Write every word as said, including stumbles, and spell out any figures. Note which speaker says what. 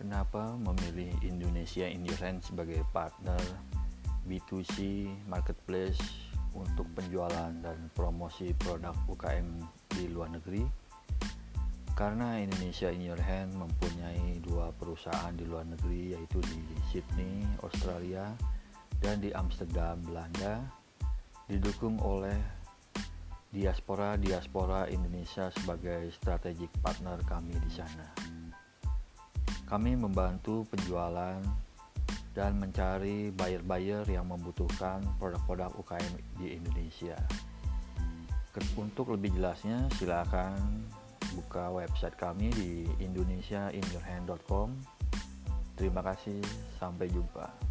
Speaker 1: kenapa memilih Indonesia in Your Hand sebagai partner B dua C marketplace untuk penjualan dan promosi produk U K M di luar negeri? Karena Indonesia in Your Hand mempunyai dua perusahaan di luar negeri, yaitu di Sydney, Australia, dan di Amsterdam, Belanda, didukung oleh diaspora-diaspora Indonesia sebagai strategic partner kami di sana. Kami membantu penjualan dan mencari buyer-buyer yang membutuhkan produk-produk U K M di Indonesia. Untuk lebih jelasnya, silakan buka website kami di indonesia in your hand dot com. Terima kasih, sampai jumpa.